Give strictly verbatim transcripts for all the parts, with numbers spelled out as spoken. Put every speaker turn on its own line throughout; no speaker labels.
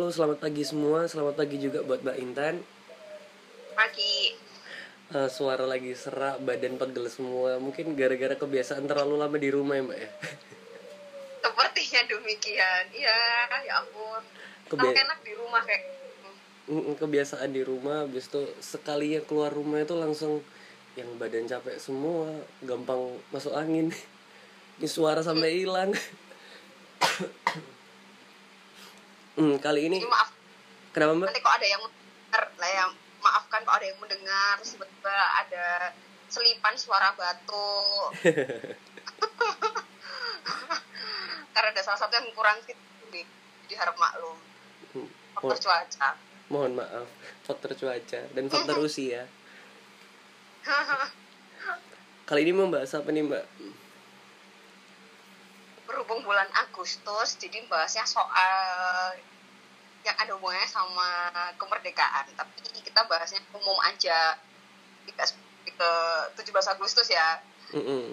Halo, selamat pagi semua. Selamat pagi juga buat Mbak Intan.
Pagi.
Uh, suara lagi serak, badan pegel semua. Mungkin gara-gara kebiasaan terlalu lama di rumah ya Mbak ya.
Sepertinya demikian. Iya, ya ampun. Kalau
Kebia-
enak di rumah kayak.
Mm, kebiasaan di rumah, habis itu sekalinya keluar rumah itu langsung yang badan capek semua, gampang masuk angin. Ini suara sampai hilang. hmm, kali ini
Jadi maaf
kenapa Mbak?
nanti kok ada yang mendengar lah ya. Maafkan kok ada yang mendengar tiba-tiba ada selipan suara batuk. Karena ada salah satu yang kurang fit, jadi harap maklum. Faktor cuaca.
Mohon maaf, faktor cuaca dan faktor usia. Kali ini mau bahas apa nih Mbak?
Berhubung bulan Agustus, jadi bahasnya soal yang ada hubungannya sama kemerdekaan. Tapi kita bahasnya umum aja, tidak ke tujuh belas Agustus ya.
Mm-mm.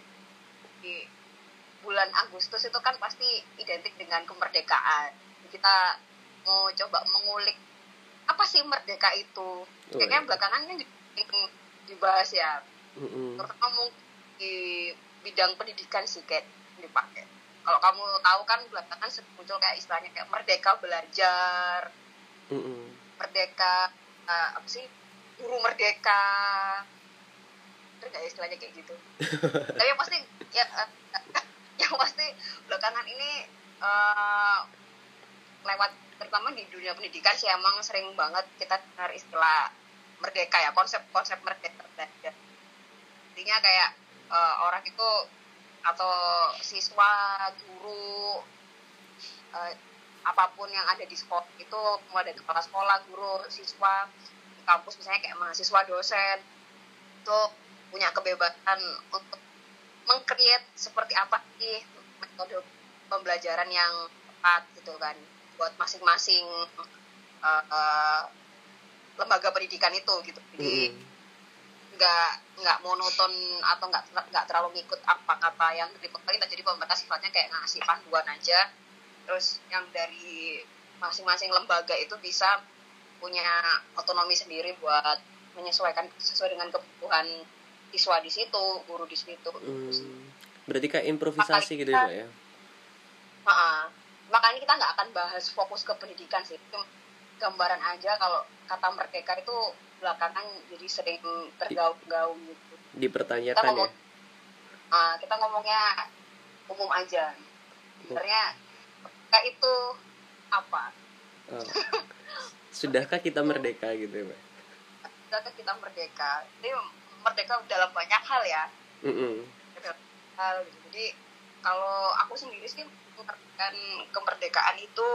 Di bulan Agustus itu kan pasti identik dengan kemerdekaan. Kita mau coba mengulik apa sih merdeka itu. Kayaknya belakangan kan dibahas ya.
Mm-mm.
Terutama mungkin di bidang pendidikan sih kayak dipakai. Kalau kamu tahu kan belakangan muncul kayak istilahnya kayak merdeka belajar,
Mm-mm.
merdeka uh, apa sih guru merdeka, terus kayak istilahnya kayak gitu. Tapi yang pasti ya uh, yang pasti belakangan ini uh, lewat terutama di dunia pendidikan sih emang sering banget kita dengar istilah merdeka ya, konsep-konsep merdeka belajar. Intinya kayak uh, orang itu atau siswa, guru, uh, apapun yang ada di sekolah itu, mulai dari kepala sekolah, guru, siswa, di kampus misalnya kayak mahasiswa, dosen, itu punya kebebasan untuk meng-create seperti apa sih metode pembelajaran yang tepat gitu kan, buat masing-masing uh, uh, lembaga pendidikan itu gitu. Jadi mm. nggak nggak monoton atau nggak nggak terlalu ngikut apa kata yang dari pemerintah, jadi pemerintah sifatnya kayak ngasih panduan aja, terus yang dari masing-masing lembaga itu bisa punya otonomi sendiri buat menyesuaikan sesuai dengan kebutuhan siswa di situ, guru di situ.
Hmm, berarti kayak improvisasi gitu ya Mbak ya?
Uh, makanya kita nggak akan bahas fokus ke pendidikan sih, itu gambaran aja kalau kata merdeka itu belakangan jadi sering tergaung-gaung gitu.
Dipertanyakan
kita ngomong,
ya?
Uh, kita ngomongnya umum aja. Sebenarnya merdeka itu apa?
Oh. Sudahkah kita merdeka gitu ya Mbak?
Sudahkah kita merdeka? Jadi merdeka dalam banyak hal ya.
Mm-mm.
Hal gitu. Jadi kalau aku sendiri sih mengartikan kemerdekaan itu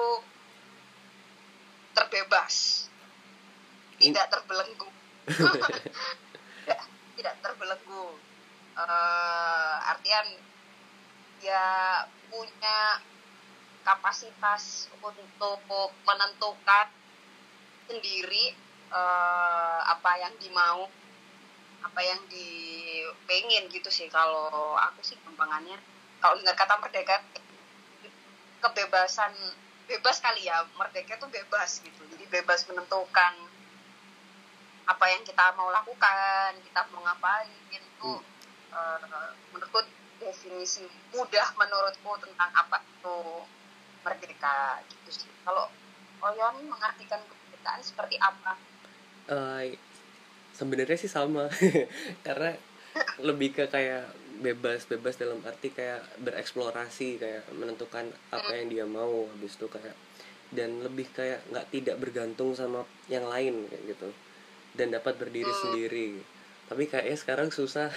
terbebas, tidak terbelenggu. tidak, tidak terbelenggu. Uh, artian ya punya kapasitas untuk menentukan sendiri uh, apa yang dimau, apa yang dipengin gitu sih. Kalau aku sih gampangannya, kalau dengar kata merdeka, kebebasan, bebas kali ya, merdeka tuh bebas gitu, jadi bebas menentukan apa yang kita mau lakukan, kita mau ngapain itu. hmm. uh, menurutku definisi mudah menurutku tentang apa itu merdeka gitu sih. Kalau Oyon mengartikan kemerdekaan seperti apa?
Uh, sebenarnya sih sama karena lebih ke kayak bebas-bebas dalam arti kayak bereksplorasi, kayak menentukan apa yang dia mau, habis itu kayak dan lebih kayak nggak tidak bergantung sama yang lain kayak gitu, dan dapat berdiri hmm. sendiri. Tapi kayaknya sekarang susah.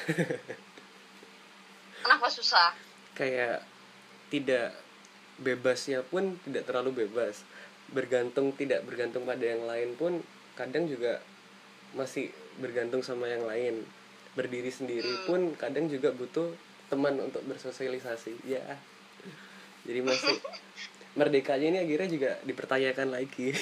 Kenapa susah?
Kayak tidak bebasnya pun tidak terlalu bebas, bergantung tidak bergantung pada yang lain pun kadang juga masih bergantung sama yang lain. Berdiri sendiri hmm. pun kadang juga butuh teman untuk bersosialisasi ya. Jadi masih merdekanya ini akhirnya juga dipertanyakan lagi.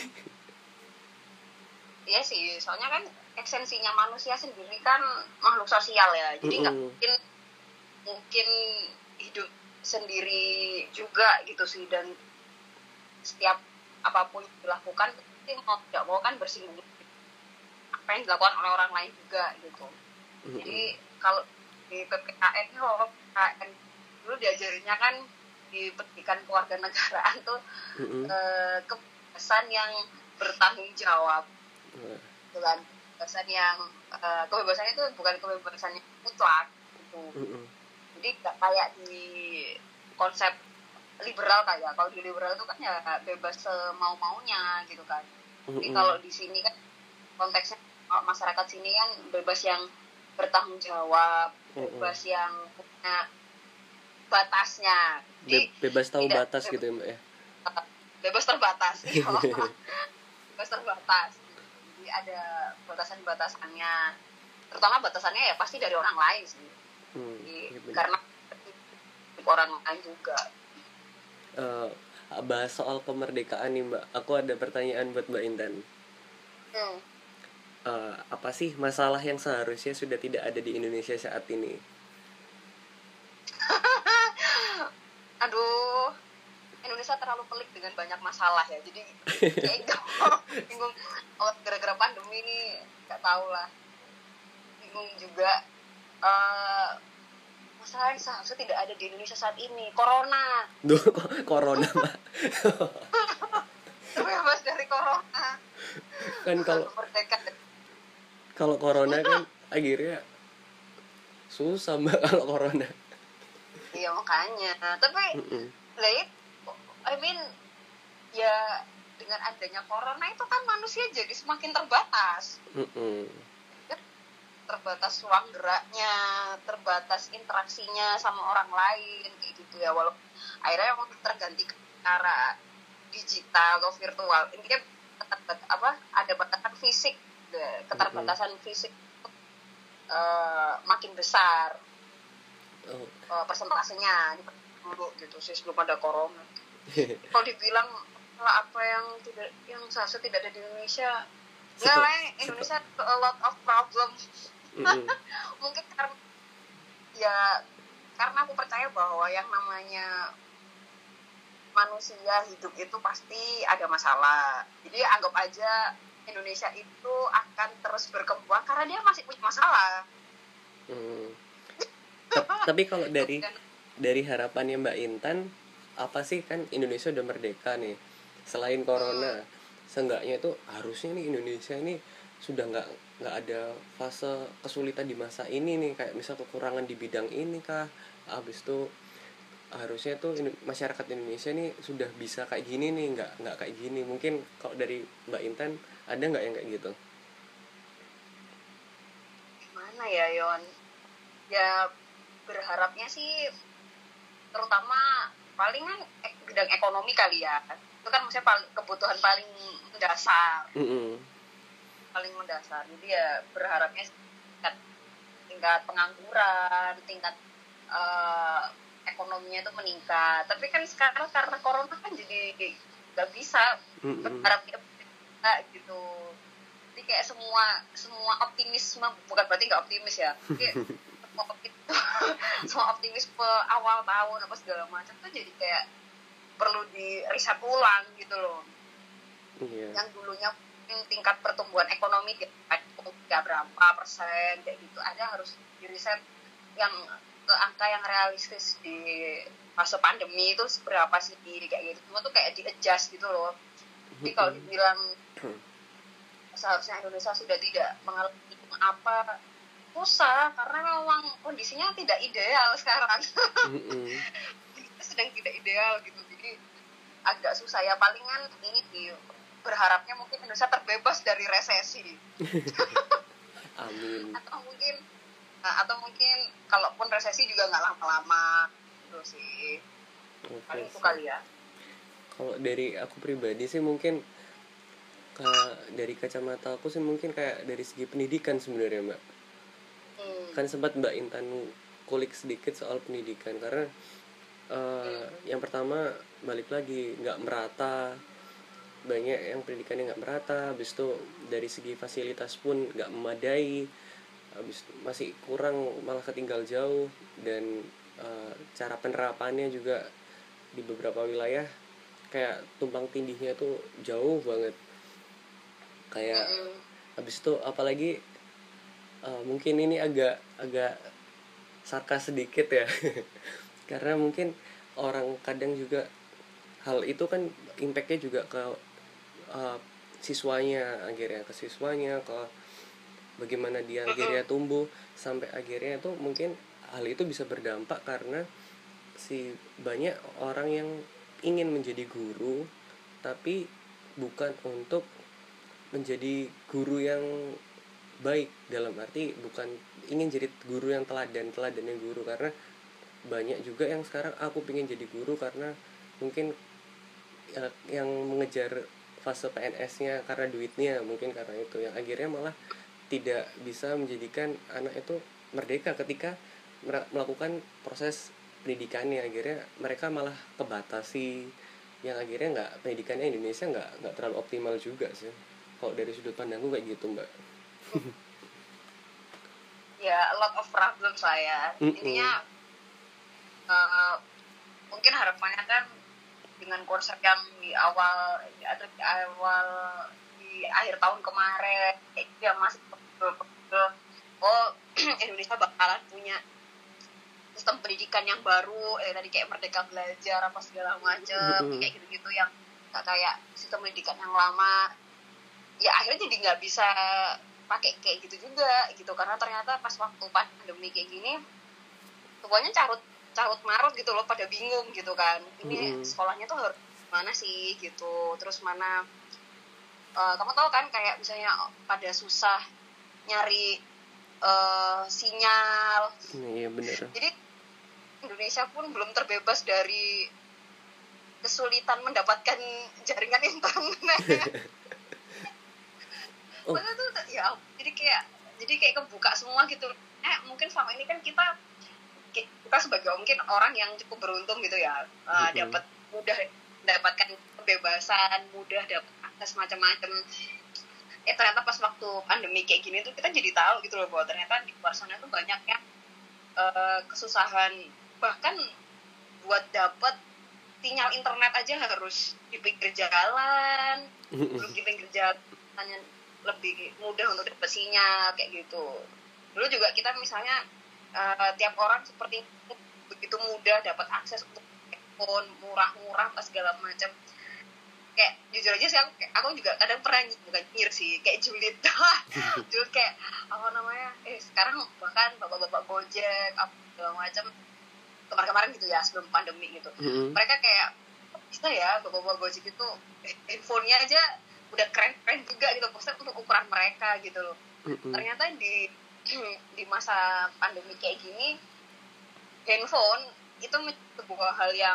Iya sih, soalnya kan esensinya manusia sendiri kan makhluk sosial ya, jadi nggak mm-hmm. mungkin mungkin hidup sendiri juga gitu sih. Dan setiap apapun yang dilakukan pasti mau tidak mau kan bersinggungan apa yang dilakukan oleh orang lain juga gitu. Jadi kalau di P P K N itu kalau P P K N dulu diajarinnya kan di pendidikan kewarganegaraan tuh
Mm-mm.
eh, kebebasan yang bertanggung jawab,
Wah.
gitu kan. Kebebasan yang eh, kebebasan itu bukan kebebasan yang mutlak gitu.
Mm-mm.
Jadi nggak kayak di konsep liberal kayak kalau di liberal itu kan ya bebas semau-maunya gitu kan. Jadi
Mm-mm.
kalau di sini kan konteksnya kalau masyarakat sini kan bebas yang bertanggung jawab, bebas
Mm-mm.
yang punya batasnya. Jadi
Be- bebas tahu
tidak
batas
bebas,
gitu ya mbak ya.
bebas terbatas. Bebas terbatas. Jadi ada batasan-batasannya. Terutama batasannya ya pasti dari orang lain sih.
Hmm,
Jadi,
iya benar.
karena orang lain juga.
Eh, bahas soal kemerdekaan nih mbak, aku ada pertanyaan buat mbak Intan.
Hmm.
Eh, apa sih masalah yang seharusnya sudah tidak ada di Indonesia saat ini?
Aduh, Indonesia terlalu pelik dengan banyak masalah ya. Jadi kayak bingung. Oh, gara-gara pandemi ini nggak tahu lah. Bingung juga. Uh, masalah yang seharusnya tidak ada di Indonesia saat ini, corona.
Duh, corona mbak.
Terbebas dari corona.
Kan kalau kalau corona kan akhirnya susah mbak kalau corona.
Iya makanya. Tapi
Mm-mm.
late, I mean ya dengan adanya corona itu kan manusia jadi semakin terbatas.
Mm-mm.
Terbatas ruang geraknya, terbatas interaksinya sama orang lain kayak gitu ya. Walaupun akhirnya emang tergantikan secara digital atau virtual. Intinya apa ada batasan fisik, keterbatasan mm-hmm. fisik uh, makin besar. Oh. Uh, persentasenya dulu gitu sih sebelum ada corona. Kalau dibilang apa yang tidak yang seharusnya tidak ada di Indonesia, ya lah Indonesia a lot of problem. Mm-hmm. Mungkin karena ya karena aku percaya bahwa yang namanya manusia hidup itu pasti ada masalah. Jadi anggap aja Indonesia itu akan terus berkembang karena dia masih punya masalah.
Hmm. Tapi kalau dari dari harapannya Mbak Intan, apa sih, kan Indonesia udah merdeka nih. Selain corona, hmm. seenggaknya itu harusnya nih Indonesia ini sudah nggak nggak ada fase kesulitan di masa ini nih, kayak misal kekurangan di bidang ini kah, abis itu harusnya tuh masyarakat Indonesia nih sudah bisa kayak gini nih, nggak nggak kayak gini. Mungkin kalau dari Mbak Intan ada nggak yang kayak gitu?
Gimana ya Yon? Ya berharapnya sih terutama palingan bidang ekonomi kali ya. Itu kan maksudnya paling, kebutuhan paling mendasar. Mm-hmm. Paling mendasar. Jadi ya berharapnya tingkat, tingkat pengangguran, tingkat uh, ekonominya itu meningkat. Tapi kan sekarang karena corona kan jadi nggak bisa mm-hmm. berharap kita gitu. Jadi kayak semua semua optimisme, bukan berarti nggak optimis ya. Kayak semua optimis, semua optimisme awal tahun apa segala macam tuh jadi kayak perlu di riset ulang gitu loh. Yeah. Yang dulunya tingkat pertumbuhan ekonomi nggak berapa persen kayak gitu, ada harus di riset yang ke angka yang realistis di fase pandemi itu seberapa sih kayak gitu. Semua tuh kayak di adjust gitu loh. Jadi kalau dibilang seharusnya Indonesia sudah tidak mengalami apa, susah karena memang kondisinya tidak ideal sekarang. Mm-hmm. Sedang tidak ideal gitu, jadi agak susah ya. Palingan ini sih berharapnya mungkin Indonesia terbebas dari resesi.
Amin.
Atau mungkin nah, atau mungkin kalaupun resesi juga nggak lama-lama gitu sih. Okay, paling itu kali ya.
Kalau dari aku pribadi sih mungkin Ka, dari kacamata aku sih mungkin kayak dari segi pendidikan sebenarnya Mbak. Hmm. Kan sempat Mbak Intan kulik sedikit soal pendidikan karena uh, hmm. yang pertama balik lagi nggak merata, banyak yang pendidikannya nggak merata. Habis itu dari segi fasilitas pun nggak memadai, habis masih kurang, malah ketinggal jauh. Dan uh, cara penerapannya juga di beberapa wilayah kayak tumpang tindihnya tuh jauh banget. Kayak
Mm-mm.
habis itu apalagi uh, mungkin ini agak agak sarkas sedikit ya. Karena mungkin orang kadang juga hal itu kan impactnya juga ke uh, siswanya, akhirnya ke siswanya, ke bagaimana dia akhirnya tumbuh sampai akhirnya itu mungkin hal itu bisa berdampak karena si banyak orang yang ingin menjadi guru tapi bukan untuk menjadi guru yang baik, dalam arti bukan ingin jadi guru yang teladan teladannya guru, karena banyak juga yang sekarang aku pengen jadi guru karena mungkin ya, yang mengejar fase P N S-nya karena duitnya, mungkin karena itu yang akhirnya malah tidak bisa menjadikan anak itu merdeka ketika melakukan proses pendidikannya. Akhirnya mereka malah kebatasi, yang akhirnya nggak, pendidikannya Indonesia nggak nggak terlalu optimal juga sih kalau dari sudut pandangku kayak gitu, Mbak.
Ya, a lot of problems lah ya. Intinya uh, mungkin harapannya kan dengan konsep yang di awal atau di awal di akhir tahun kemarin itu yang masih oh Indonesia bakalan punya sistem pendidikan yang baru, eh tadi kayak merdeka belajar apa segala macam, kayak gitu-gitu yang nggak kayak sistem pendidikan yang lama. Ya akhirnya jadi nggak bisa pakai kayak gitu juga gitu, karena ternyata pas waktu pandemi kayak gini semuanya carut carut marut gitu loh, pada bingung gitu kan, ini mm-hmm. sekolahnya tuh harus mana sih gitu, terus mana uh, kamu tahu kan kayak misalnya pada susah nyari uh, sinyal.
Iya benar.
Jadi Indonesia pun belum terbebas dari kesulitan mendapatkan jaringan internet. Oh. Maksudnya tuh ya jadi kayak jadi kayak kebuka semua gitu. Eh mungkin selama ini kan kita kita sebagai mungkin orang yang cukup beruntung gitu ya, uh, mm-hmm. dapat mudah mendapatkan kebebasan, mudah dapat akses macam-macam. Eh ternyata pas waktu pandemi kayak gini tuh kita jadi tahu gitu loh bahwa ternyata di luar sana tuh banyak yang uh, kesusahan, bahkan buat dapat sinyal internet aja harus di pinggir jalan, mm-hmm. belum di pinggir jalan lebih mudah untuk dapat sinyal kayak gitu. Dulu juga kita misalnya Uh, tiap orang seperti begitu mudah dapat akses untuk handphone murah-murah pas segala macam. Kayak jujur aja sih aku, aku juga kadang pernah bukan nyir sih kayak julid julid kayak apa namanya eh sekarang bahkan bapak-bapak Gojek apa segala macam kemarin-kemarin gitu ya sebelum pandemi gitu, mm-hmm. mereka kayak bisa ya bapak-bapak Gojek itu eh, handphonenya aja udah keren-keren juga gitu, maksudnya untuk ukuran mereka gitu loh. Mm-hmm. Ternyata di di masa pandemi kayak gini handphone itu sebuah hal yang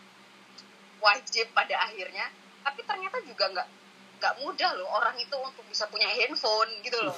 wajib pada akhirnya, tapi ternyata juga nggak nggak mudah loh orang itu untuk bisa punya handphone gitu loh.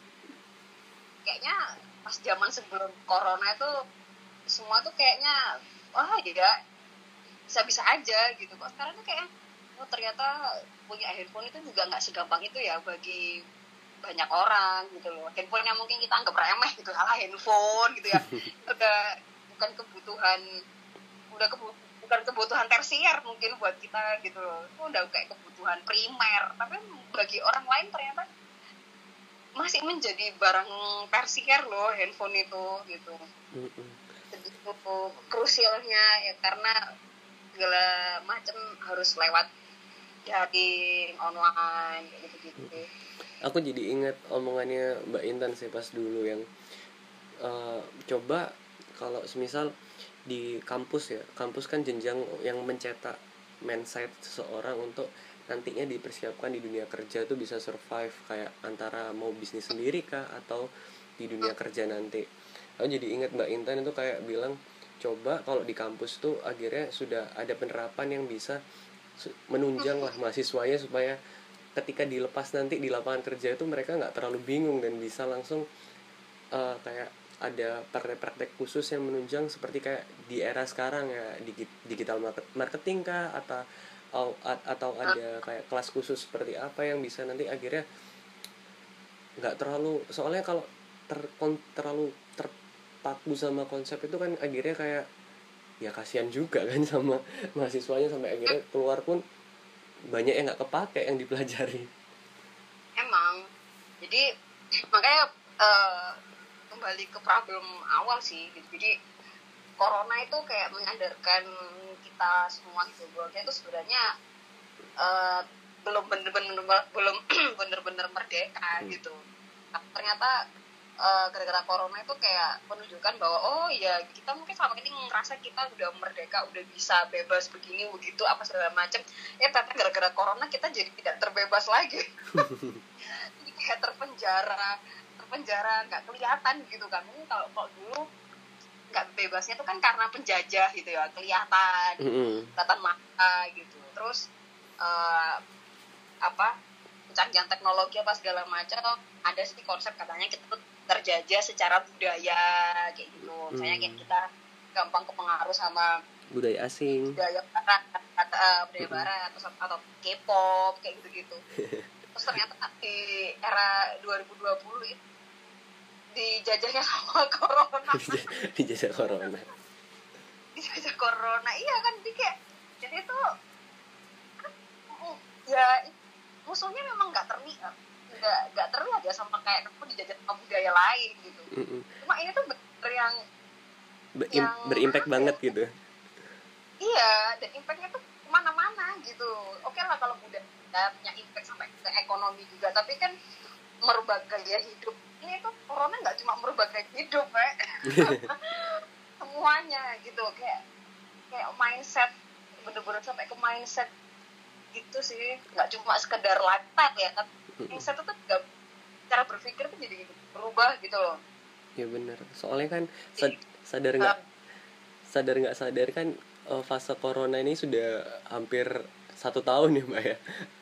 Kayaknya pas zaman sebelum corona itu semua tuh kayaknya wah ya bisa-bisa aja gitu, kok sekarang tuh kayak oh ternyata punya handphone itu juga nggak segampang itu ya bagi banyak orang gitu loh. Handphone yang mungkin kita anggap remeh gitu, salah handphone gitu ya, udah bukan kebutuhan udah kebu- bukan kebutuhan tersier mungkin buat kita gitu loh, itu udah kayak kebutuhan primer, tapi bagi orang lain ternyata masih menjadi barang tersier loh handphone itu gitu. Segitu krusialnya ya, karena segala macam harus lewat daring online gitu-gitu.
Aku jadi ingat omongannya Mbak Intan sih pas dulu yang uh, coba kalau semisal di kampus ya, kampus kan jenjang yang mencetak mindset seseorang untuk nantinya dipersiapkan di dunia kerja tuh bisa survive, kayak antara mau bisnis sendiri kah atau di dunia kerja nanti. Aku jadi ingat Mbak Intan itu kayak bilang coba kalau di kampus tuh akhirnya sudah ada penerapan yang bisa menunjang lah mahasiswanya supaya ketika dilepas nanti di lapangan kerja itu mereka nggak terlalu bingung dan bisa langsung uh, kayak ada praktek-praktek khusus yang menunjang seperti kayak di era sekarang ya, digital marketing kah atau atau ada kayak kelas khusus seperti apa yang bisa nanti akhirnya nggak terlalu, soalnya kalau ter, terlalu terpaku sama konsep itu kan akhirnya kayak ya kasihan juga kan sama mahasiswanya, sampai akhirnya keluar pun banyak yang nggak kepake yang dipelajari.
Emang jadi makanya uh, kembali ke problem awal sih gitu. Jadi corona itu kayak menyadarkan kita semua gitu bahwa kita itu sebenarnya uh, belum bener-bener belum bener-bener merdeka gitu. Nah, ternyata uh, gara-gara corona itu kayak menunjukkan bahwa oh ya kita mungkin selama ini ngerasa kita udah merdeka, udah bisa bebas begini begitu apa segala macam. Ya ternyata gara-gara corona kita jadi tidak terbebas lagi. Jadi kayak terpenjara, terpenjara nggak kelihatan gitu kan. Mungkin kalau kalau dulu nggak bebasnya itu kan karena penjajah gitu ya, kelihatan, kelihatan mata gitu. Terus uh, apa kecanggihan teknologi apa segala macam, ada sih konsep katanya kita tuh terjajah secara budaya kayak gitu. Misalnya kayak kita gampang kepengaruh sama
budaya asing,
budaya barat, uh, budaya mm-hmm. barat atau atau K-pop kayak gitu-gitu. Terus ternyata di era dua ribu dua puluh itu dijajahnya sama corona.
Dijajah corona.
Dijajah corona, iya kan, jadi kayak jadi itu ya musuhnya memang nggak terlihat, nggak nggak terlihat ya sama kayak kamu dijajah sama budaya lain gitu. Mm-hmm. Cuma ini tuh bener yang
Be- yang berimpact ya, banget gitu.
Iya, dan impactnya tuh kemana-mana gitu. Oke lah kalau budaya punya impact sampai ke ekonomi juga, tapi kan merubah gaya hidup. Ini tuh corona nggak cuma merubah gaya hidup, eh. Semuanya gitu, kayak kayak mindset, bener-bener sampai ke mindset gitu sih. Nggak cuma sekedar lifestyle ya, tapi mindset itu juga cara berpikir tuh jadi berubah gitu loh.
Ya benar, soalnya kan sad- sadar nggak sadar nggak sadar kan fase corona ini sudah hampir satu tahun ya Mbak ya.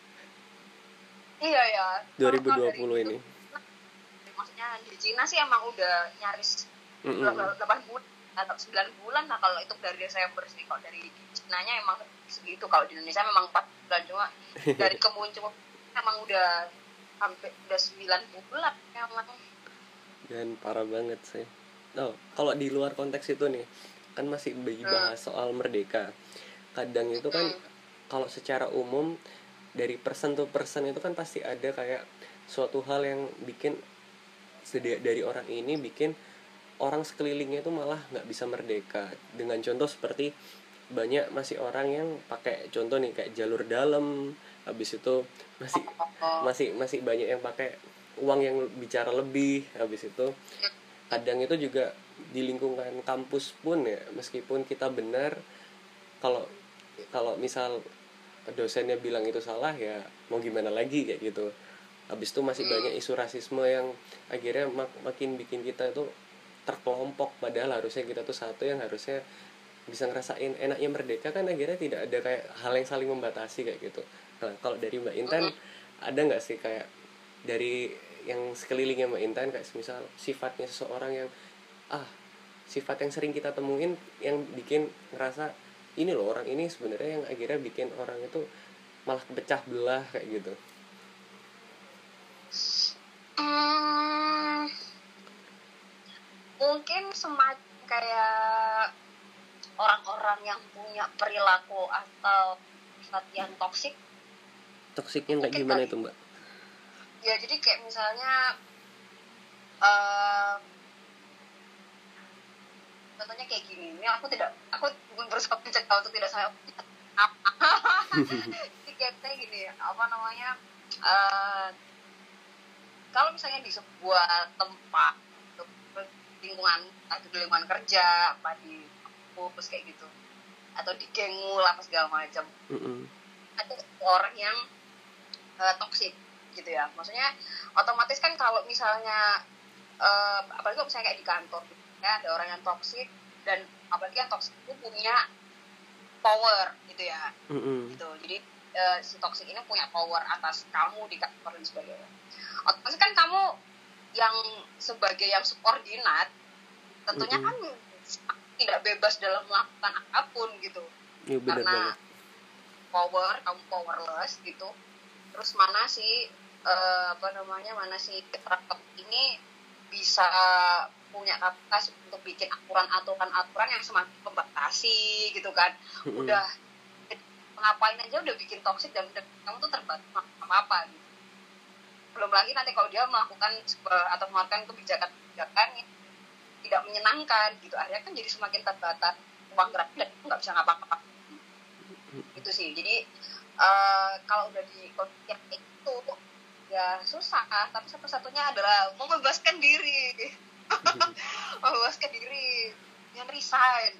Iya ya.
dua ribu dua puluh ini.
Maksudnya di Cina sih emang udah nyaris delapan bulan atau sembilan bulan lah kalau itu dari Desember sih. Kalau dari Cina-nya emang segitu. Kalau di Indonesia memang empat bulan, cuma dari kemunculan emang udah hampir udah sembilan bulan emang.
Dan parah banget sih. Oh, kalau di luar konteks itu nih, kan masih bahas soal merdeka. Kadang itu kan kalau secara umum dari person to person itu kan pasti ada kayak suatu hal yang bikin dari orang ini bikin orang sekelilingnya itu malah nggak bisa merdeka. Dengan contoh seperti banyak masih orang yang pakai contoh nih kayak jalur dalam, habis itu masih masih masih banyak yang pakai uang yang bicara lebih, habis itu kadang itu juga di lingkungan kampus pun ya, meskipun kita benar, kalau kalau misal dosennya bilang itu salah ya mau gimana lagi kayak gitu. Habis itu masih banyak isu rasisme yang akhirnya mak- makin bikin kita itu terkelompok, padahal harusnya kita tuh satu yang harusnya bisa ngerasain enaknya merdeka kan, akhirnya tidak ada kayak hal yang saling membatasi kayak gitu. Nah kalau dari Mbak Intan ada nggak sih kayak dari yang sekelilingnya Mbak Intan kayak misal sifatnya seseorang yang ah sifat yang sering kita temuin yang bikin ngerasa ini loh orang ini sebenarnya yang akhirnya bikin orang itu malah kepecah belah kayak gitu.
Hmm, mungkin semacam kayak orang-orang yang punya perilaku atau sifat yang toksik.
Toksiknya kayak gimana itu Mbak?
Ya jadi kayak misalnya uh, contohnya kayak gini, ini aku tidak, aku berusaha mencegah untuk tidak saya apa. Jadi kayak gini, apa namanya? Uh, kalau misalnya di sebuah tempat, lingkungan atau di lingkungan kerja, apa di kampus kayak gitu, atau di gengmul apa segala macam, mm-hmm. ada orang yang uh, toksik gitu ya. Maksudnya otomatis kan kalau misalnya uh, apalagi kalau misalnya kayak di kantor gitu, ya, ada orang yang toksik, dan apalagi yang toksik itu punya power gitu ya, mm-hmm. gitu. Jadi uh, si toksik ini punya power atas kamu di kantor dan sebagainya. Otomatis kan kamu yang sebagai yang subordinat tentunya mm-hmm. kan tidak bebas dalam melakukan apapun gitu,
ya,
karena
banget.
power kamu powerless gitu. Terus mana sih uh, apa namanya mana sih karakter ini bisa punya kapasitas untuk bikin aturan-aturan-aturan yang semakin membatasi gitu kan.
Mm-mm.
Udah ngapain aja udah bikin toksik dan udah kamu tuh terbatas apa-apa gitu. Belum lagi nanti kalau dia melakukan sebuah atau mengeluarkan kebijakan-kebijakan yang tidak menyenangkan gitu, akhirnya kan jadi semakin terbatas uang gerak dan itu nggak bisa ngapa-ngapa gitu sih. Jadi uh, kalau udah di kondisi yang itu ya susah, tapi satu-satunya adalah membebaskan diri. Membebaskan diri dengan resign.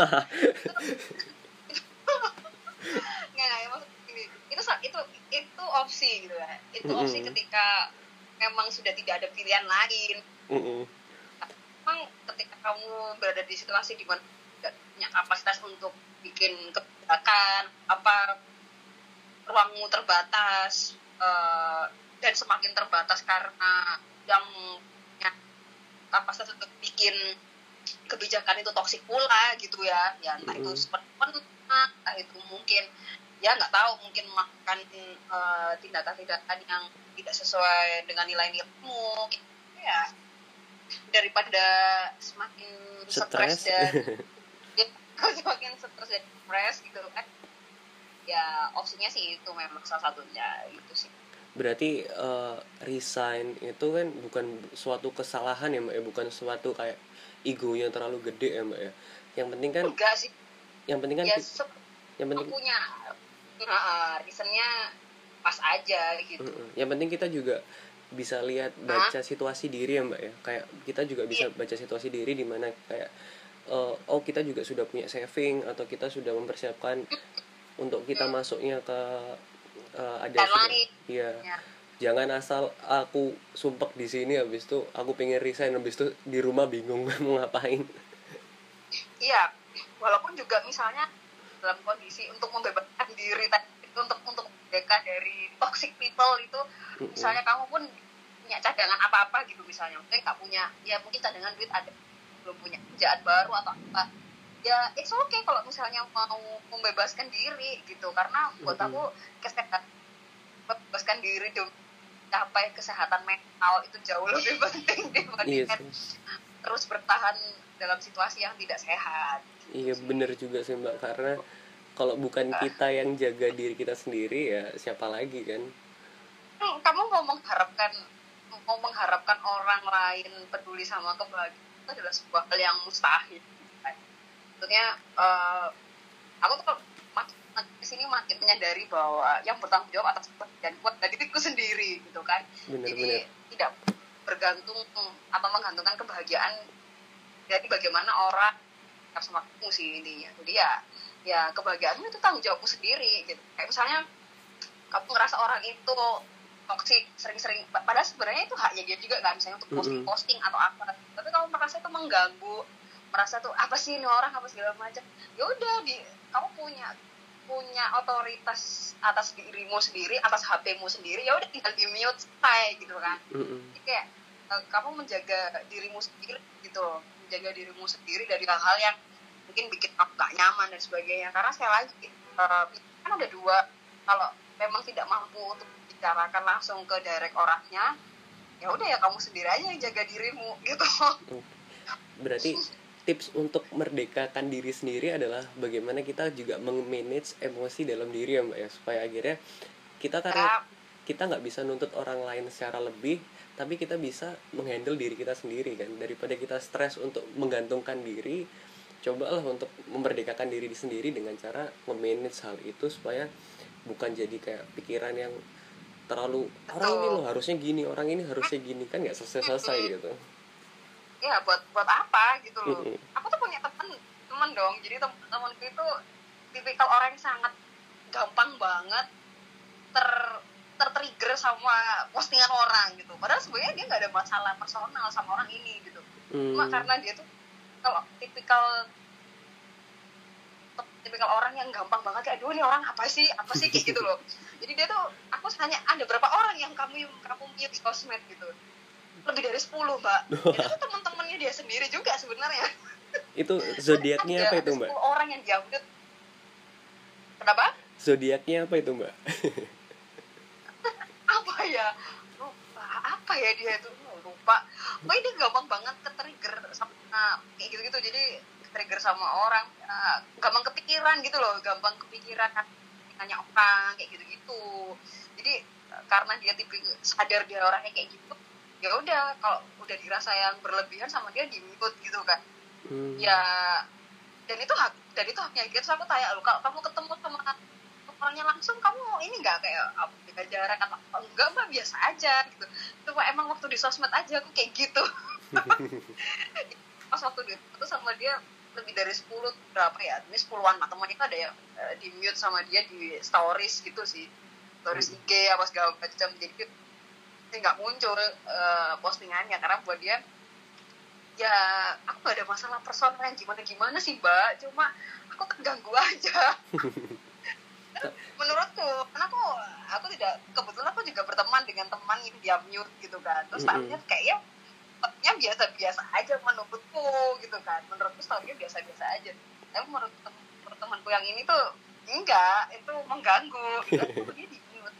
Nggak, nggak, maksud gini, itu itu itu opsi gitu ya. Itu opsi
Mm-mm.
ketika memang sudah tidak ada pilihan lain.
Mm-mm.
Memang ketika kamu berada di situasi di mana tidak punya kapasitas untuk bikin kebijakan, apa ruangmu terbatas, uh, dan semakin terbatas karena yang punya kapasitas untuk bikin kebijakan itu toksik pula gitu ya, ya entah itu seperti entah itu mungkin ya nggak tahu, mungkin melakukan uh, tindakan-tindakan yang tidak sesuai dengan nilai-nilaimu gitu ya, daripada semakin stres dan ya, semakin stres dan stres gitu kan, ya opsinya sih itu memang salah satunya gitu sih.
Berarti uh, resign itu kan bukan suatu kesalahan ya Mbak ya, bukan suatu kayak egonya terlalu gede ya Mbak ya. Yang penting kan
enggak sih,
yang penting kan
ya
ki- yang penting
punya uh, reasonnya pas aja gitu.
uh, yang penting kita juga bisa lihat baca
Hah?
situasi diri ya Mbak ya. Kayak kita juga bisa
Iya.
baca situasi diri di mana kayak uh, oh kita juga sudah punya saving atau kita sudah mempersiapkan untuk kita
Hmm.
masuknya ke uh, ada
Dan
sudah
lain.
ya.
Ya.
Jangan asal aku sumpek di sini habis itu aku pengen resign habis itu di rumah bingung mau ngapain.
Iya, walaupun juga misalnya dalam kondisi untuk membebaskan diri itu untuk untuk merdeka dari toxic people itu,
Mm-mm.
misalnya kamu pun punya cadangan apa-apa gitu, misalnya mungkin nggak punya, ya mungkin cadangan duit ada, belum punya kerjaan baru atau apa, ya it's okay kalau misalnya mau membebaskan diri gitu, karena buat
Mm-mm.
aku kesehatan, membebaskan diri dong, capai kesehatan mental itu jauh lebih penting dibandingkan
Yes.
terus bertahan dalam situasi yang tidak sehat.
Iya bener juga sih Mbak, karena kalau bukan kita yang jaga diri kita sendiri ya siapa lagi kan.
Hmm, kamu mau mengharapkan mau mengharapkan orang lain peduli sama kebahagiaan itu adalah sebuah hal yang mustahil. Maksudnya uh, aku tuh makin di sini makin menyadari bahwa yang bertanggung jawab atas kebahagiaan buat dari diriku sendiri gitu kan.
Bener,
Jadi
bener.
tidak bergantung atau menggantungkan kebahagiaan dari bagaimana orang sama kamu sih intinya. Jadi ya ya kebahagiaanmu itu tanggung jawabmu sendiri gitu. Kayak misalnya kamu ngerasa orang itu toksik sering-sering, padahal sebenarnya itu haknya dia juga nggak, misalnya untuk posting-posting atau apa, tapi kamu merasa itu mengganggu, merasa tuh apa sih ini orang apa segala macam, ya udah di kamu punya punya otoritas atas dirimu sendiri, atas H P-mu sendiri, ya udah tinggal di mute selesai gitu kan. Jadi kayak uh, kamu menjaga dirimu sendiri gitu, menjaga dirimu sendiri dari hal-hal yang mungkin bikin kamu gak nyaman dan sebagainya. Karena sekali lagi uh, kan ada dua, kalau memang tidak mampu untuk bicarakan langsung ke direct orangnya, ya udah ya kamu sendiri aja yang jaga dirimu gitu.
Berarti tips untuk merdekakan diri sendiri adalah bagaimana kita juga meng-manage emosi dalam diri ya Mbak ya, supaya akhirnya kita karena
Ya.
kita nggak bisa nuntut orang lain secara lebih, tapi kita bisa menghandle diri kita sendiri kan. Daripada kita stres untuk menggantungkan diri, cobalah untuk memerdekakan diri sendiri dengan cara memanage hal itu supaya bukan jadi kayak pikiran yang terlalu orang ini loh harusnya gini, orang ini harusnya gini, kan nggak selesai-selesai gitu.
Ya buat buat apa gitu loh.
Mm-mm.
Aku tuh punya temen temen dong, jadi temen-temenku itu tipikal orang yang sangat gampang banget ter tertrigger sama postingan orang gitu, padahal sebenarnya dia nggak ada masalah personal sama orang ini gitu.
Mm.
Cuma karena dia tuh kalau tipikal tipikal orang yang gampang banget kayak, aduh ini orang apa sih apa sih kayak gitu loh. Jadi dia tuh, aku tanya ada berapa orang yang kamu kamu mute di sosmed gitu, lebih dari sepuluh mbak. Itu tuh teman-temannya dia sendiri juga sebenarnya.
Itu zodiaknya apa itu mbak?
sepuluh orang yang dia mute. Kenapa?
Zodiaknya apa itu mbak?
Apa ya, lupa apa ya dia itu, lupa pak. Pokoknya dia gampang banget ke-trigger sama kayak gitu-gitu, jadi trigger sama orang, uh, gampang kepikiran gitu loh, gampang kepikiran nanya orang kayak gitu-gitu. Jadi karena dia tipe sadar dia orangnya kayak gitu, ya udah kalau udah dirasa yang berlebihan sama dia di mute gitu kan. hmm. Ya dan itu hak dan itu haknya dia. Terus aku tanya, lu kalau kamu ketemu sama orangnya langsung, kamu ini nggak kayak apa jarak atau apa? Enggak mbak, biasa aja gitu. Cuma emang waktu di sosmed aja aku kayak gitu. Pas waktu itu sama dia lebih dari sepuluh berapa ya, ini sepuluhan lah temannya itu ada yang uh, di mute sama dia di stories gitu sih, stories I G apa segala macam. Jadi dia nggak muncul uh, postingannya karena buat dia ya aku gak ada masalah personal yang gimana-gimana sih mbak, cuma aku terganggu aja. Menurutku, karena aku aku tidak, kebetulan aku juga berteman dengan teman yang dia mute gitu kan, terus mm-hmm. takutnya kayaknya nya biasa-biasa aja menurutku gitu kan, menurutku story-nya biasa-biasa aja, tapi menurut, menurut temanku yang ini tuh enggak, itu mengganggu gitu, dia di mute.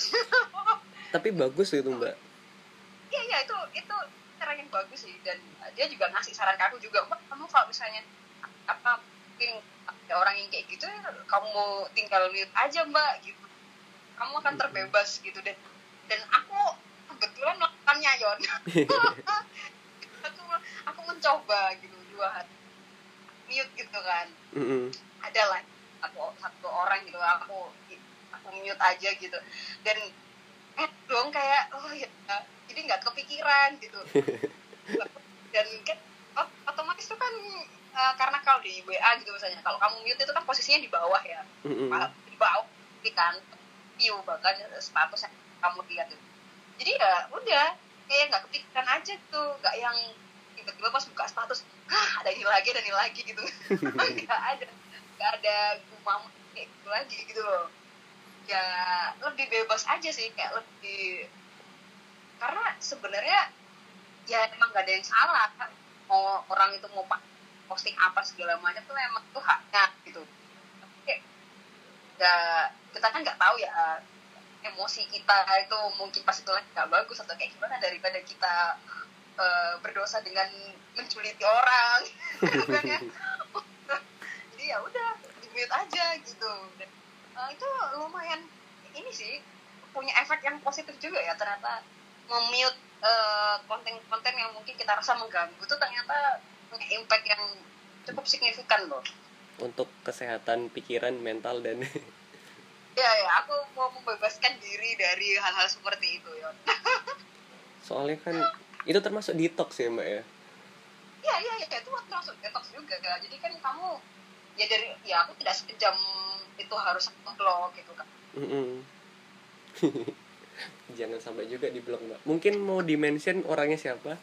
Tapi bagus itu mbak.
Iya iya itu itu cara yang bagus sih, dan dia juga ngasih saran ke aku juga, mbak kamu kalau misalnya apa mungkin ada orang yang kayak gitu, kamu tinggal mute aja mbak gitu, kamu akan terbebas gitu. Dan dan aku kebetulan melakukannya Yon. aku aku mencoba gitu dua hari mute gitu kan. mm-hmm. Ada lah satu satu orang gitu aku aku mute aja gitu, dan eh dong kayak oh ya jadi nggak kepikiran gitu. Dan kan otomatis itu kan uh, karena kalau di W A gitu misalnya, kalau kamu mute itu kan posisinya di bawah ya, mm-hmm. di bawah kan view bahkan status yang kamu lihat itu. Jadi ya udah kayak nggak kepikiran aja tuh, nggak yang tiba-tiba pas buka status hah ada ini lagi ada ini lagi gitu. nggak ada nggak ada gumam kayak gitu lagi gitu loh. Ya lebih bebas aja sih, kayak lebih, karena sebenarnya ya emang gak ada yang salah kan, mau orang itu mau posting apa segala macam tuh emang tuh haknya gitu. Tapi ya kita kan nggak tahu ya emosi kita itu mungkin pas itu lagi nggak bagus atau kayak gimana, daripada kita uh, berdosa dengan menculiti orang. Kan ya. Jadi ya udah di mute aja gitu. Dan, uh, itu lumayan ini sih punya efek yang positif juga ya, ternyata mem-mute uh, konten-konten yang mungkin kita rasa mengganggu itu ternyata punya impact yang cukup signifikan loh
untuk kesehatan pikiran, mental dan
ya ya aku mau membebaskan diri dari hal-hal seperti itu ya.
Soalnya kan itu termasuk detox ya mbak ya.
Iya iya ya, itu termasuk detox juga. Jadi kan kamu ya dari ya aku tidak sekejam itu harus blog gitu kan.
Mm-hmm. Jangan sampai juga di blog mbak. Mungkin mau di-mention orangnya siapa?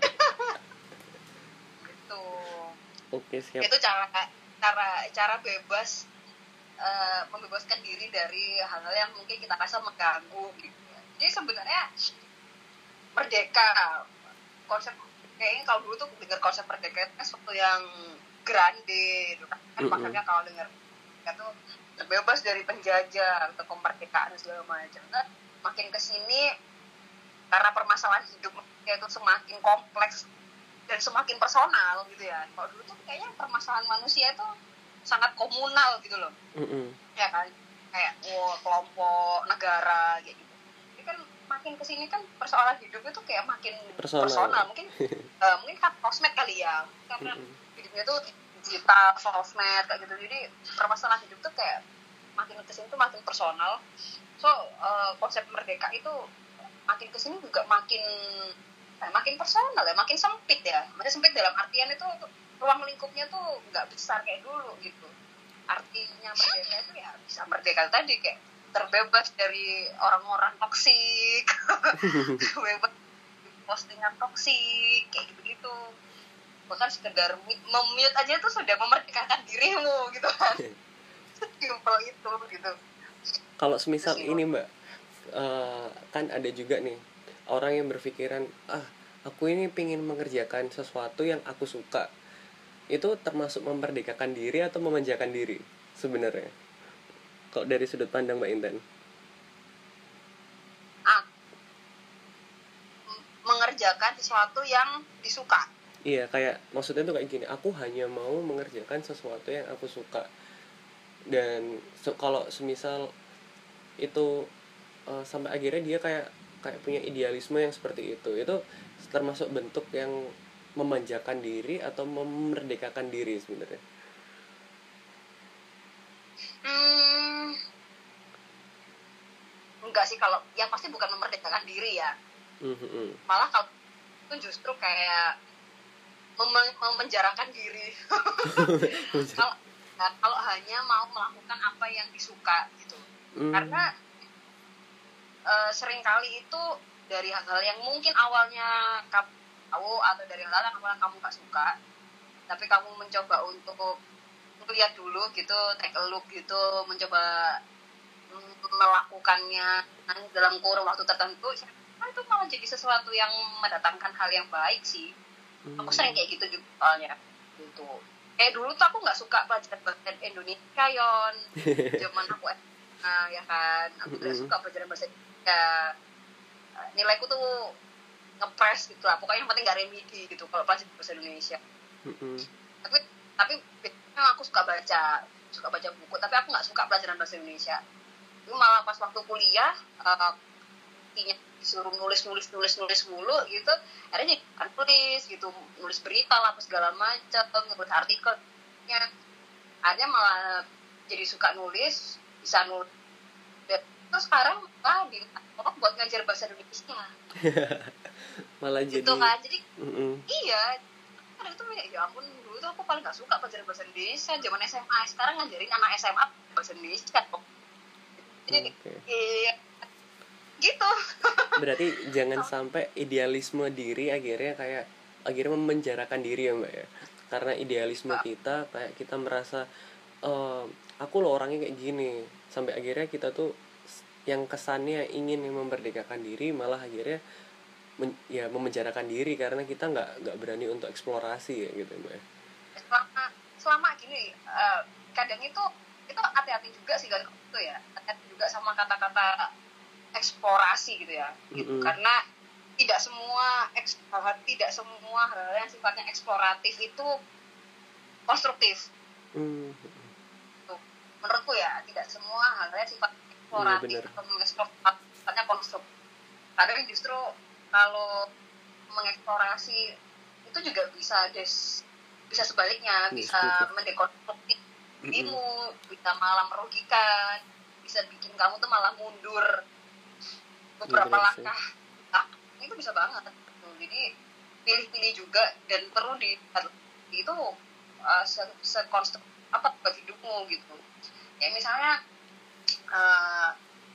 Gitu.
Oke siap.
Itu cara cara cara bebas uh, membebaskan diri dari hal-hal yang mungkin kita rasa mengganggu gitu. Jadi sebenarnya merdeka, konsep kayaknya kalau dulu tuh dengar konsep merdeka itu kan sesuatu yang grande gitu kan. Kan mm-hmm. makanya kalau dengar itu terbebas dari penjajah atau kemerdekaan segala macam. Nah, makin kesini karena permasalahan hidup itu semakin kompleks dan semakin personal gitu ya. Kalau dulu tuh kayaknya permasalahan manusia itu sangat komunal gitu loh. Mm-hmm. Ya kan, kayak oh, kelompok, negara kayak gitu. Jadi kan makin kesini kan persoalan hidup itu kayak makin personal, personal. Mungkin uh, mungkin kan sosmed kali ya, karena mm-hmm. hidupnya tuh digital, sosmed kayak gitu. Jadi permasalahan hidup tuh kayak makin kesini tuh makin personal. So uh, konsep merdeka itu makin kesini juga makin eh, makin personal ya, makin sempit ya. Maksudnya sempit dalam artian itu ruang lingkupnya tuh nggak besar kayak dulu gitu. Artinya merdeka itu ya bisa merdeka tadi kayak terbebas dari orang-orang toksik, bebas postingan toksik kayak gitu-gitu. Bahkan sekedar mem-mute aja tuh sudah memerdekakan dirimu gitu kan. Simpel itu gitu.
Kalau semisal ini mbak, uh, kan ada juga nih orang yang berpikiran ah aku ini pengen mengerjakan sesuatu yang aku suka, itu termasuk memerdekakan diri atau memanjakan diri sebenarnya? Kalau dari sudut pandang mbak Intan?
Ah, mengerjakan mengerjakan sesuatu yang disuka.
Iya, kayak maksudnya tuh kayak gini, aku hanya mau mengerjakan sesuatu yang aku suka. Dan so, kalau semisal itu uh, sampai akhirnya dia kayak kayak punya idealisme yang seperti itu, itu termasuk bentuk yang memanjakan diri atau memerdekakan diri sebenarnya.
Hmm, enggak sih, kalau yang pasti bukan memerdekakan diri ya.
Mm-hmm.
Malah kalau itu justru kayak mem- memenjarakan diri. Kalau nah, kalau hanya mau melakukan apa yang disuka gitu. Mm. Karena uh, seringkali itu dari hal-hal yang mungkin awalnya kamu tahu atau dari hal-hal yang awalnya kamu gak suka, tapi kamu mencoba untuk melihat dulu gitu, take a look gitu, mencoba melakukannya dalam kurun waktu tertentu, nah itu malah jadi sesuatu yang mendatangkan hal yang baik sih. Hmm. Aku sering kayak gitu juga soalnya gitu. Kayak dulu tuh aku nggak suka pelajaran bahasa Indonesia, Yon. Zaman aku nah, ya kan, aku nggak suka pelajaran bahasa Indonesia. Nilaiku tuh ngepres gitu lah, pokoknya yang penting nggak remedi gitu kalau pelajaran bahasa Indonesia. Hmm. Tapi tapi memang aku suka baca, suka baca buku, tapi aku nggak suka pelajaran bahasa Indonesia. Itu malah pas waktu kuliah, uh, disuruh nulis nulis nulis nulis mulu gitu, akhirnya jadi kan tulis gitu, nulis berita lah, segala macam, nulis artikelnya, akhirnya malah jadi suka nulis, bisa nulis. Dan terus sekarang malah di orang buat ngajar bahasa Indonesia.
Malah
gitu
jadi.
kan, jadi
mm-mm.
iya. Ada itu ya ampun, dulu tuh aku paling nggak suka pelajaran bahasa Indonesia zaman S M A, sekarang ngajarin anak S M A bahasa Indonesia. Jadi okay. Iya gitu.
Berarti jangan sampai idealisme diri akhirnya kayak akhirnya memenjarakan diri ya Mbak ya. Karena idealisme nah. kita kayak kita merasa uh, aku loh orangnya kayak gini, sampai akhirnya kita tuh yang kesannya ingin memerdekakan diri malah akhirnya men, ya memenjarakan diri karena kita nggak nggak berani untuk eksplorasi ya gitu Mbak.
Selama selama gini uh, kadang itu itu hati-hati juga sih kan itu ya, hati-hati juga sama kata-kata eksplorasi gitu ya, gitu. Mm-hmm. Karena tidak semua eksplor, tidak semua hal yang sifatnya eksploratif itu konstruktif. Mm-hmm. Tuh, menurutku ya tidak semua hal yang sifatnya eksploratif yeah, atau mengeksplorasi sifatnya konstruktif. Kadang justru kalau mengeksplorasi itu juga bisa des, bisa sebaliknya, yes, bisa betul. Mendekonstruksi dirimu, mm-hmm. bisa malah merugikan, bisa bikin kamu tuh malah mundur beberapa ya, langkah. Nah, itu bisa banget. Jadi pilih-pilih juga dan perlu di itu uh, sekonstruktif apa buat hidupmu gitu. Ya misalnya uh,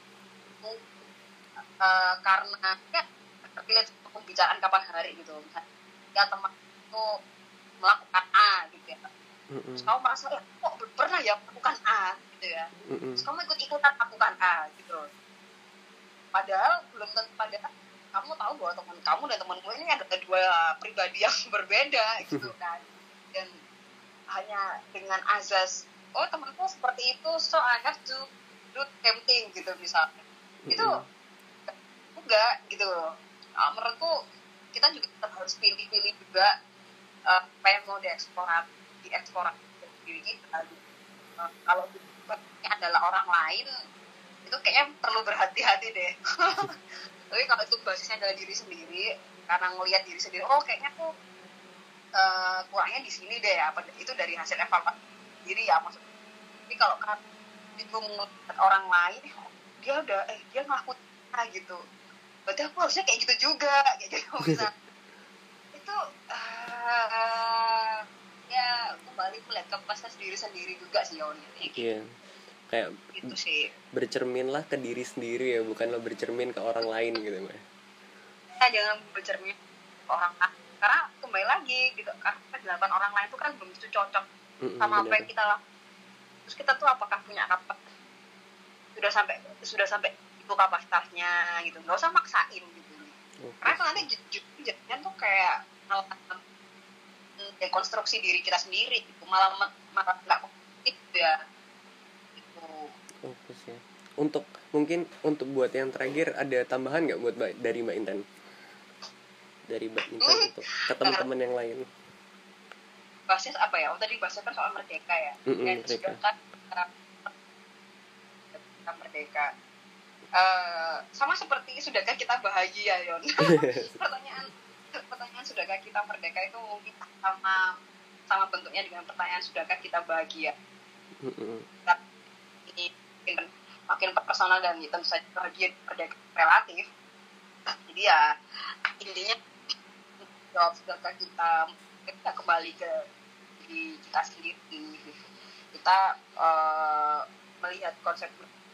uh, karena ya terpilih pembicaraan kapan hari gitu. Ya teman itu melakukan A gitu ya. Mm-hmm. Terus kamu merasa ya kok belum pernah ya melakukan A gitu ya. Mm-hmm. Terus kamu ikut-ikutan melakukan A gitu. Padahal belum tentu, padahal kamu tahu bahwa teman kamu dan temanmu ini adalah dua pribadi yang berbeda gitu kan. Dan hanya dengan azas oh temanku seperti itu so I have to do same thing gitu misalnya. Mm-hmm. Itu enggak gitu. Nah, menurutku kita juga tetap harus pilih-pilih juga uh, apa yang mau dieksplorasi dieksplorasi diri kita. Uh, kalau ini adalah orang lain itu kayaknya perlu berhati-hati deh. Tapi kalau itu basisnya adalah diri sendiri, karena ngelihat diri sendiri, oh kayaknya aku uh, kurangnya di sini deh ya, itu dari hasil evaluasi diri ya maksudnya. Tapi kalau kan itu melihat orang lain, dia udah eh dia ngelakuin gitu, berarti aku harusnya kayak gitu juga, kayak gitu bisa. Itu uh, ya kembali melihat kapasitas diri sendiri juga sih ya.
Iya. Kayak
gitu sih.
Bercerminlah ke diri sendiri ya, bukanlah bercermin ke orang lain gitu Mbak.
Kita jangan bercermin ke orang lain karena kembali lagi gitu, karena penjelasan orang lain itu kan belum tentu cocok mm-hmm, sama bener. Apa yang kita lakukan. Terus kita tuh apakah punya kapasitas sudah sampai sudah sampai itu kapasitasnya gitu, nggak usah maksain gitu. Okay. Karena nanti jadinya tuh kayak melakukan dekonstruksi diri kita sendiri gitu, malah malah nggak gitu ya.
Fokus ya. Untuk mungkin untuk buat yang terakhir ada tambahan nggak buat dari Mbak Intan? dari badminton untuk ke teman-teman yang lain?
Bahasnya apa ya? Oh tadi bahasnya kan soal merdeka ya.
Mm-mm,
Dan
merdeka.
sudah kan kita merdeka. Uh, sama seperti sudahkah kita bahagia, Yon? pertanyaan pertanyaan sudahkah kita merdeka itu mungkin sama sama bentuknya dengan pertanyaan sudahkah kita bahagia.
Mm-mm.
Ini makin, makin personal dan tentu saja bahagia merdeka relatif. Jadi ya intinya jawab sudahkah kita kita kembali ke diri kita sendiri. Kita uh, melihat konsep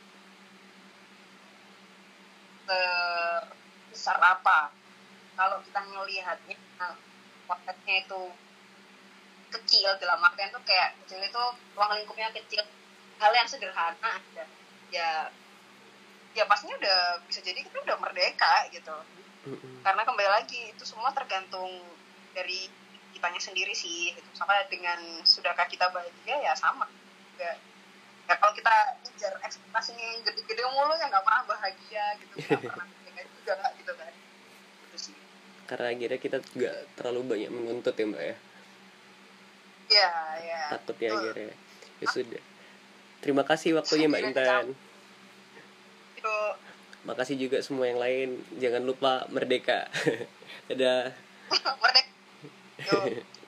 sebesar apa. Kalau kita melihatnya konsepnya itu kecil, dalam artian tuh kayak kecil itu ruang lingkupnya kecil, hal yang sederhana aja ya ya pastinya udah bisa jadi kita udah merdeka gitu. Mm-hmm. Karena kembali lagi itu semua tergantung dari kitanya sendiri sih gitu. Sama dengan sudahkah kita bahagia ya sama juga. Ya kalau kita ngejar ekspektasinya yang gede-gede mulu ya nggak pernah bahagia gitu, nggak pernah bahagia juga gitu kan. Itu sih.
Karena akhirnya kita juga terlalu banyak menuntut ya mbak ya.
Iya, iya.
Takutnya akhirnya. Ya sudah. Terima kasih waktunya Mbak Intan.
Yuk.
Makasih juga semua yang lain. Jangan lupa merdeka. Dadah.
Merdeka. Yuk.